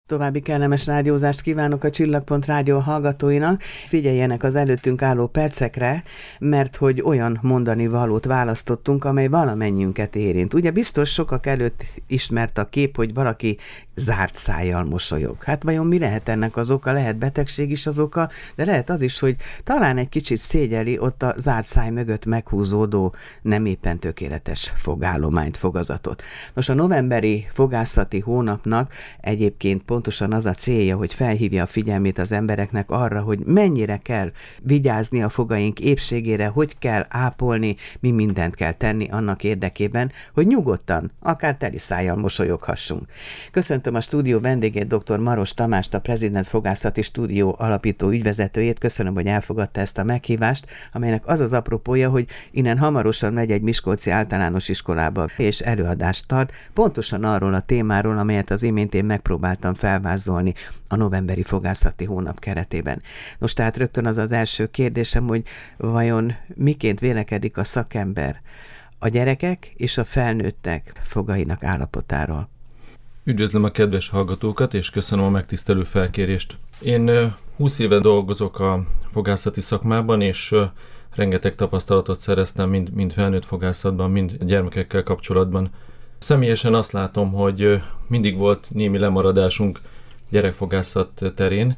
További kellemes rádiózást kívánok a Csillagpont Rádió hallgatóinak. Figyeljenek az előttünk álló percekre, mert hogy olyan mondani valót választottunk, amely valamennyiünket érint. Ugye biztos sokak előtt ismert a kép, hogy valaki zárt szájjal mosolyog. Hát vajon mi lehet ennek az oka? Lehet betegség is az oka, de lehet az is, hogy talán egy kicsit szégyeli ott a zárt száj mögött meghúzódó, nem éppen tökéletes fogállományt, fogazatot. Nos, a novemberi fogászati hónapnak egyébként pontosan az a célja, hogy felhívja a figyelmét az embereknek arra, hogy mennyire kell vigyázni a fogaink épségére, hogy kell ápolni, mi mindent kell tenni annak érdekében, hogy nyugodtan, akár teli szájjal mosolyoghassunk. Köszöntöm a stúdió vendégét, dr. Maros Tamást, a Prezident Fogászati Stúdió alapító ügyvezetőjét. Köszönöm, hogy elfogadta ezt a meghívást, amelynek az az apropója, hogy innen hamarosan megy egy miskolci általános iskolába, és előadást tart, pontosan arról a témáról, amelyet az imént én megpróbáltam felvázolni a novemberi fogászati hónap keretében. Nos, tehát rögtön az az első kérdésem, hogy vajon miként vélekedik a szakember a gyerekek és a felnőttek fogainak állapotáról? Üdvözlöm a kedves hallgatókat, és köszönöm a megtisztelő felkérést. Én 20 éve dolgozok a fogászati szakmában, és rengeteg tapasztalatot szereztem mind felnőtt fogászatban, mind gyermekekkel kapcsolatban. Személyesen azt látom, hogy mindig volt némi lemaradásunk gyerekfogászat terén.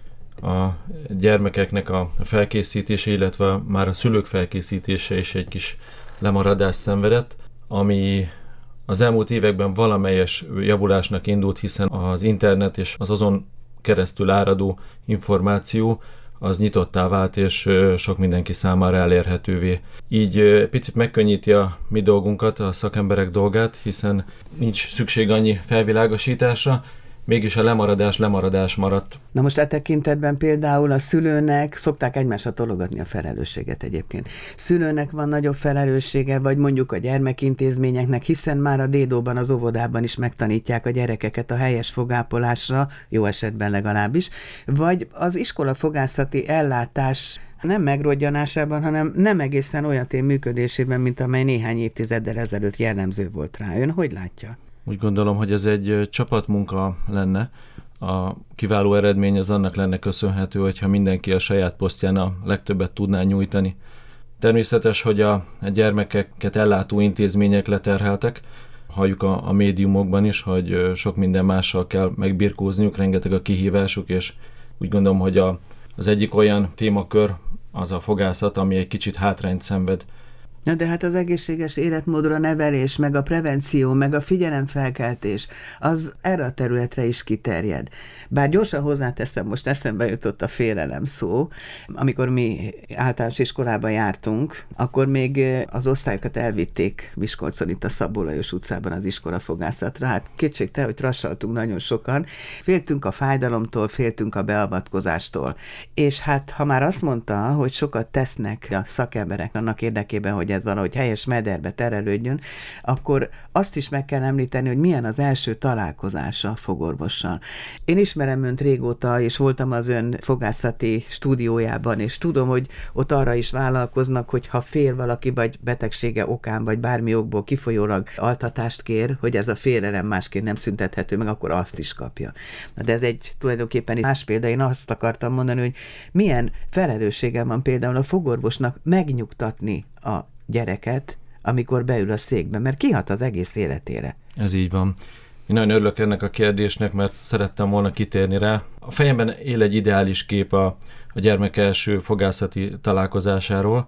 A gyermekeknek a felkészítése, illetve már a szülők felkészítése is egy kis lemaradást szenvedett, ami az elmúlt években valamelyes javulásnak indult, hiszen az internet és az azon keresztül áradó információ az nyitottá vált, és sok mindenki számára elérhetővé. Így picit megkönnyíti a mi dolgunkat, a szakemberek dolgát, hiszen nincs szükség annyi felvilágosításra, mégis a lemaradás maradt. Na most e tekintetben például a szülőnek, szokták egymásra tologatni a felelősséget egyébként. Szülőnek van nagyobb felelőssége, vagy mondjuk a gyermekintézményeknek, hiszen már a dédóban, az óvodában is megtanítják a gyerekeket a helyes fogápolásra, jó esetben legalábbis, vagy az iskola fogászati ellátás nem megrodjanásában, hanem nem egészen olyan működésében, mint amely néhány évtizeddel ezelőtt jellemző volt rá. Ön hogy látja? Úgy gondolom, hogy ez egy csapatmunka lenne. A kiváló eredmény az annak lenne köszönhető, hogyha mindenki a saját posztján a legtöbbet tudná nyújtani. Természetes, hogy a gyermekeket ellátó intézmények leterheltek. Halljuk a médiumokban is, hogy sok minden mással kell megbirkózniuk, rengeteg a kihívásuk, és úgy gondolom, hogy az egyik olyan témakör az a fogászat, ami egy kicsit hátrányt szenved. Na de hát az egészséges életmódra nevelés, meg a prevenció, meg a figyelemfelkeltés, az erre a területre is kiterjed. Bár gyorsan hozzáteszem, most eszembe jutott a félelem szó. Amikor mi általános iskolába jártunk, akkor még az osztályokat elvitték Miskolcon, itt a Szabó Lajos utcában az iskolafogászatra. Hát kétségtelen, hogy trassaltunk nagyon sokan. Féltünk a fájdalomtól, féltünk a beavatkozástól. És hát, ha már azt mondta, hogy sokat tesznek a szakemberek annak érdekében, hogy ez valahogy helyes mederbe terelődjön, akkor azt is meg kell említeni, hogy milyen az első találkozása a fogorvossal. Én ismerem önt régóta, és voltam az ön fogászati stúdiójában, és tudom, hogy ott arra is vállalkoznak, hogy ha fél valaki, vagy betegsége okán, vagy bármi okból kifolyólag altatást kér, hogy ez a félelem másként nem szüntethető meg, akkor azt is kapja. De ez egy tulajdonképpen más példa. Én azt akartam mondani, hogy milyen felelőssége van például a fogorvosnak megnyugtatni a gyereket, amikor beül a székbe, mert kihat az egész életére. Ez így van. Én nagyon örülök ennek a kérdésnek, mert szerettem volna kitérni rá. A fejemben él egy ideális kép a gyermek első fogászati találkozásáról.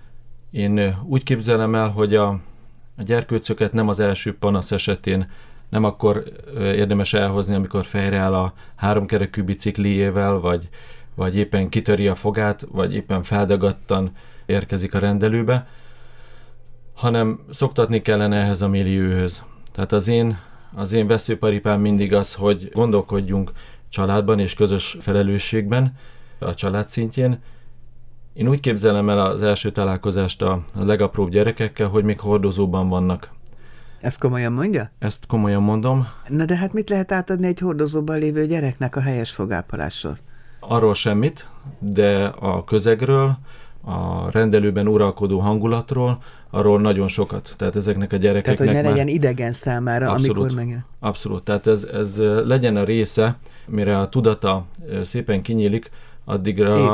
Én úgy képzelem el, hogy a gyerkőcöket nem az első panasz esetén, nem akkor érdemes elhozni, amikor fejreáll a 3 kerekű bicikliével, vagy éppen kitöri a fogát, vagy éppen feldagadtan érkezik a rendelőbe, hanem szoktatni kellene ehhez a millióhöz. Tehát az én veszőparipám mindig az, hogy gondolkodjunk családban és közös felelősségben a család szintjén. Én úgy képzelem el az első találkozást a legapróbb gyerekekkel, hogy még hordozóban vannak. Ezt komolyan mondja? Ezt komolyan mondom. Na de hát mit lehet átadni egy hordozóban lévő gyereknek a helyes fogápolásról? Arról semmit, de a közegről, a rendelőben uralkodó hangulatról, arról nagyon sokat. Tehát ezeknek a gyerekeknek tehát, hogy ne legyen idegen számára, abszolút, amikor megjön. Abszolút. Tehát ez legyen a része, mire a tudata szépen kinyílik, addigra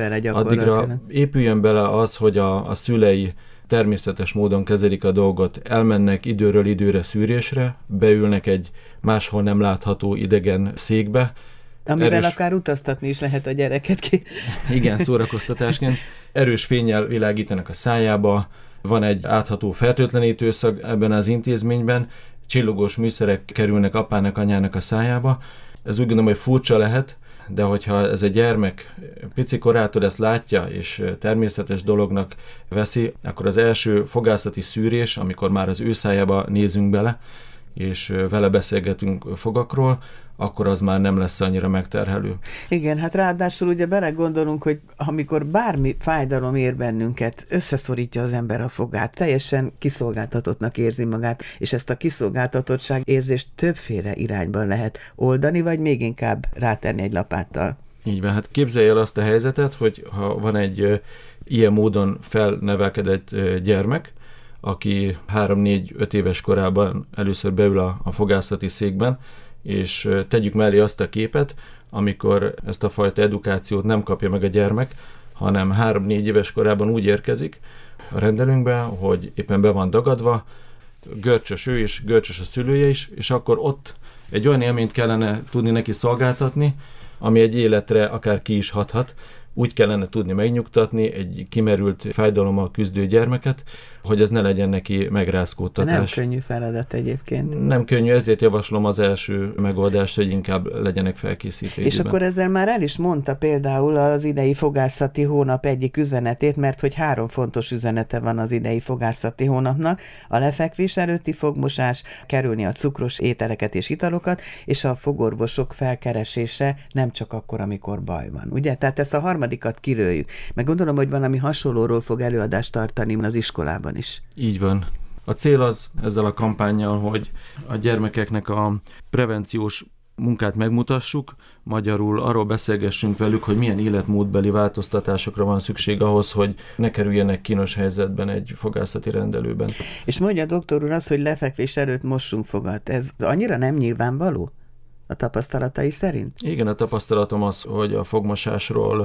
épüljön bele az, hogy a szülei természetes módon kezelik a dolgot, elmennek időről időre szűrésre, beülnek egy máshol nem látható idegen székbe. Amivel akár utaztatni is lehet a gyereket ki. Igen, szórakoztatásként. Erős fénnyel világítanak a szájába, van egy átható fertőtlenítő szag ebben az intézményben, csillogós műszerek kerülnek apának, anyának a szájába. Ez úgy gondolom, hogy furcsa lehet, de hogyha ez a gyermek pici korától ezt látja, és természetes dolognak veszi, akkor az első fogászati szűrés, amikor már az ő szájába nézünk bele, és vele beszélgetünk fogakról, akkor az már nem lesz annyira megterhelő. Igen, hát ráadásul ugye belegondolunk, hogy amikor bármi fájdalom ér bennünket, összeszorítja az ember a fogát, teljesen kiszolgáltatottnak érzi magát, és ezt a kiszolgáltatottság érzést többféle irányban lehet oldani, vagy még inkább rátenni egy lapáttal. Így van, hát képzelj el azt a helyzetet, hogy ha van egy ilyen módon felnevelkedett gyermek, aki 3-4-5 éves korában először beül a fogászati székben, és tegyük mellé azt a képet, amikor ezt a fajta edukációt nem kapja meg a gyermek, hanem 3-4 éves korában úgy érkezik a rendelőnkbe, hogy éppen be van dagadva, görcsös ő is, görcsös a szülője is, és akkor ott egy olyan élményt kellene tudni neki szolgáltatni, ami egy életre akár ki is hathat. Úgy kellene tudni megnyugtatni egy kimerült fájdalommal küzdő gyermeket, hogy ez ne legyen neki megrázkódtatás. Nem könnyű feladat egyébként. Nem könnyű, ezért javaslom az első megoldást, hogy inkább legyenek felkészítve És időben. akkor ezzel már el is mondta például az idei fogászati hónap egyik üzenetét, mert hogy 3 fontos üzenete van az idei fogászati hónapnak: a lefekvés előtti fogmosás, kerülni a cukros ételeket és italokat, és a fogorvosok felkeresése nem csak akkor, amikor baj van. Ugye? Tehát ezt a harmadikat kilőjük. Meg gondolom, hogy valami hasonlóról fog előadást tartani az iskolában is. Így van. A cél az ezzel a kampánnyal, hogy a gyermekeknek a prevenciós munkát megmutassuk, magyarul arról beszélgessünk velük, hogy milyen életmódbeli változtatásokra van szükség ahhoz, hogy ne kerüljenek kínos helyzetben egy fogászati rendelőben. És mondja a doktor úr azt, hogy lefekvés előtt mossunk fogat. Ez annyira nem nyilvánvaló a tapasztalatai szerint? Igen, a tapasztalatom az, hogy a fogmosásról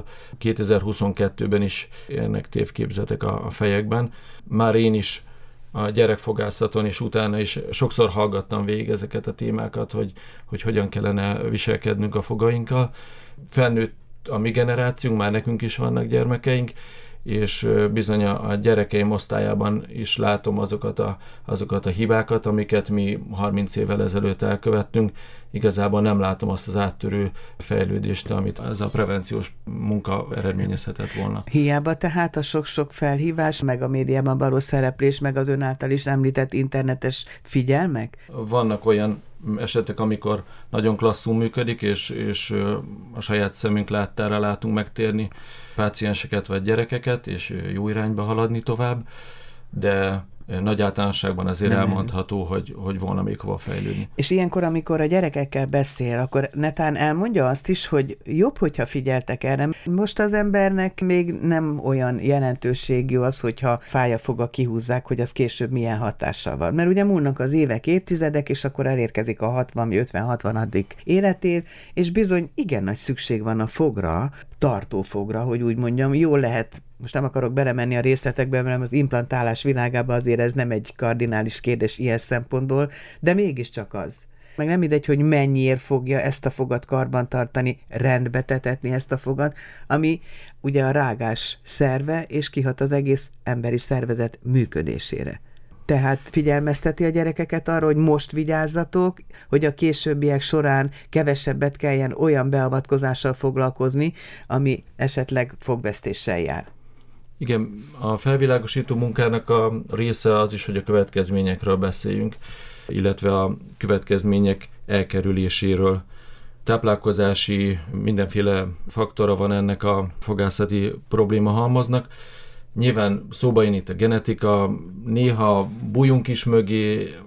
2022-ben is érnek tévképzetek a fejekben. Már én is a gyerekfogászaton és utána is sokszor hallgattam végig ezeket a témákat, hogy hogyan kellene viselkednünk a fogainkkal. Felnőtt a mi generációnk, már nekünk is vannak gyermekeink, és bizony a gyerekeim osztályában is látom azokat a hibákat, amiket mi 30 évvel ezelőtt elkövettünk. Igazából nem látom azt az áttörő fejlődést, amit ez a prevenciós munka eredményezhetett volna. Hiába tehát a sok-sok felhívás, meg a médiában való szereplés, meg az ön által is említett internetes figyelmek? Vannak olyan esetek, amikor nagyon klasszul működik, és a saját szemünk láttára látunk megtérni pácienseket vagy gyerekeket, és jó irányba haladni tovább, de nagy általánosságban azért elmondható, hogy volna még hova fejlődni. És ilyenkor, amikor a gyerekekkel beszél, akkor netán elmondja azt is, hogy jobb, hogyha figyeltek erre. Most az embernek még nem olyan jelentőségű az, hogyha fáj a foga, kihúzzák, hogy az később milyen hatással van. Mert ugye múlnak az évek, évtizedek, és akkor elérkezik a 50-60. életév, és bizony igen nagy szükség van a fogra, tartófogra, hogy úgy mondjam. Jól lehet, most nem akarok belemenni a részletekbe, mert az implantálás világában azért ez nem egy kardinális kérdés ilyen szempontból, de mégiscsak az. Meg nem mindegy, hogy mennyiért fogja ezt a fogat karban tartani, rendbe tetetni ezt a fogat, ami ugye a rágás szerve, és kihat az egész emberi szervezet működésére. Tehát figyelmezteti a gyerekeket arra, hogy most vigyázzatok, hogy a későbbiek során kevesebbet kelljen olyan beavatkozással foglalkozni, ami esetleg fogvesztéssel jár. Igen, a felvilágosító munkának a része az is, hogy a következményekről beszéljünk, illetve a következmények elkerüléséről. Táplálkozási mindenféle faktora van ennek a fogászati problémahalmaznak. Nyilván szóba jön itt a genetika, néha bújunk is mögé,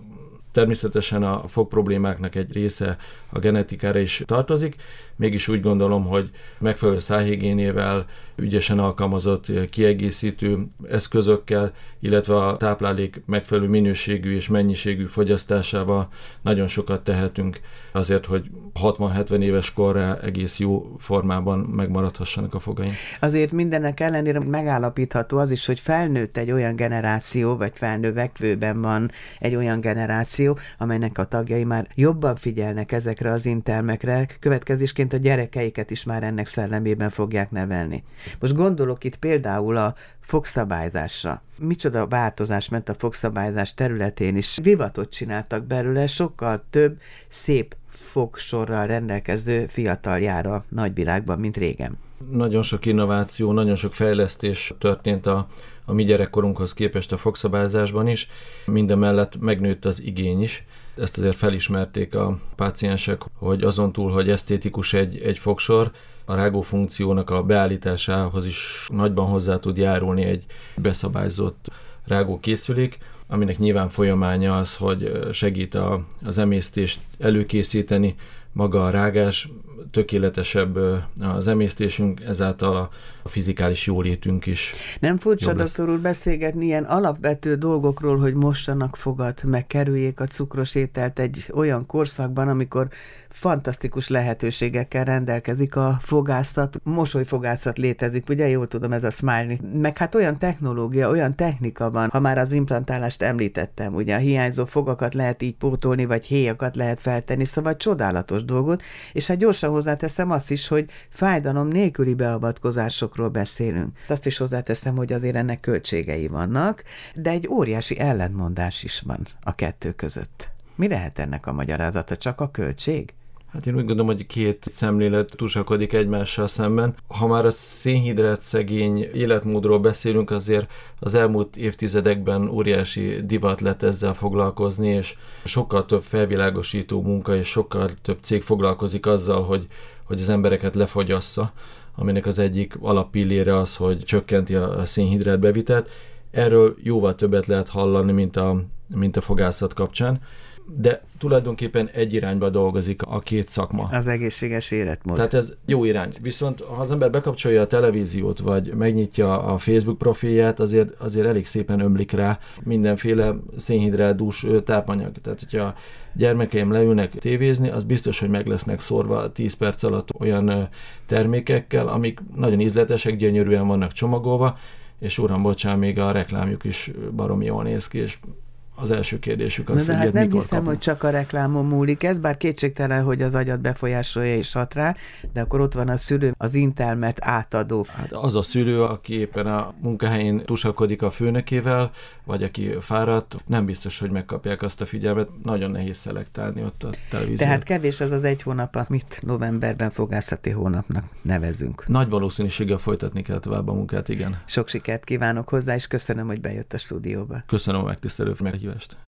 Természetesen a fog problémáknak egy része a genetikára is tartozik, mégis úgy gondolom, hogy megfelelő szájhigiénével, ügyesen alkalmazott kiegészítő eszközökkel, illetve a táplálék megfelelő minőségű és mennyiségű fogyasztásával nagyon sokat tehetünk azért, hogy 60-70 éves korra egész jó formában megmaradhassanak a fogaink. Azért mindenek ellenére megállapítható az is, hogy felnőtt egy olyan generáció, vagy felnövekvőben van egy olyan generáció, amelynek a tagjai már jobban figyelnek ezekre az intelmekre, következésként a gyerekeiket is már ennek szellemében fogják nevelni. Most gondolok itt például a fogszabályzásra. Micsoda változás ment a fogszabályzás területén is. Divatot csináltak belőle, sokkal több szép fogsorral rendelkező fiatal jár a nagyvilágban, mint régen. Nagyon sok innováció, nagyon sok fejlesztés történt a mi gyerekkorunkhoz képest a fogszabályzásban is. Mindemellett megnőtt az igény is. Ezt azért felismerték a páciensek, hogy azon túl, hogy esztétikus egy fogsor, a rágó funkciónak a beállításához is nagyban hozzá tud járulni egy beszabályzott rágókészülék, aminek nyilván folyamánya az, hogy segít az emésztést előkészíteni, maga a rágás, tökéletesebb az emésztésünk, ezáltal a fizikális jólétünk is. Nem furcsa, doktor úr, beszélgetni ilyen alapvető dolgokról, hogy mossanak fogat, meg kerüljék a cukros ételt egy olyan korszakban, amikor fantasztikus lehetőségekkel rendelkezik a fogászat, mosolyfogászat létezik, ugye jól tudom, ez a Smile, meg hát olyan technológia, olyan technika van, ha már az implantálást említettem, ugye a hiányzó fogakat lehet így pótolni, vagy héjakat lehet feltenni, szóval csodálatos dolgot, és hát gyorsan hozzáteszem azt is, hogy fájdalom nélküli beavatkozásokról beszélünk. Azt is hozzáteszem, hogy azért ennek költségei vannak, de egy óriási ellentmondás is van a kettő között. Mi lehet ennek a magyarázata? Csak a költség? Hát én úgy gondolom, hogy két szemlélet tusakodik egymással szemben. Ha már a szénhidrát szegény életmódról beszélünk, azért az elmúlt évtizedekben óriási divat lett ezzel foglalkozni, és sokkal több felvilágosító munka, és sokkal több cég foglalkozik azzal, hogy az embereket lefogyassza, aminek az egyik alappillére az, hogy csökkenti a szénhidrát bevitelt. Erről jóval többet lehet hallani, mint a fogászat kapcsán. De tulajdonképpen egy irányba dolgozik a két szakma. Az egészséges életmód. Tehát ez jó irány. Viszont ha az ember bekapcsolja a televíziót, vagy megnyitja a Facebook profilját, azért elég szépen ömlik rá mindenféle szénhidrátdús tápanyag. Tehát, hogyha gyermekeim leülnek tévézni, az biztos, hogy meg lesznek szórva 10 perc alatt olyan termékekkel, amik nagyon ízletesek, gyönyörűen vannak csomagolva, és uram, bocsán, még a reklámjuk is baromi jól néz ki, és az első kérdésük az, hogy hát nem hiszem, kapunk. hogy csak a reklámon múlik ez, bár kétségtelen, hogy az agyat befolyásolja és hat rá, de akkor ott van a szülő, az intelmet átadó. Hát az a szülő, aki éppen a munkahelyén tusakodik a főnökével, vagy aki fáradt, nem biztos, hogy megkapják azt a figyelmet, nagyon nehéz szelektálni ott a televíziót. Tehát kevés az 1 hónap, amit novemberben fogászati hónapnak nevezünk. Nagy valószínűséggel folytatni kell tovább a munkát, igen. Sok sikert kívánok hozzá, és köszönöm, hogy bejött a stúdióba. Köszönöm a megtisztelő meghívást.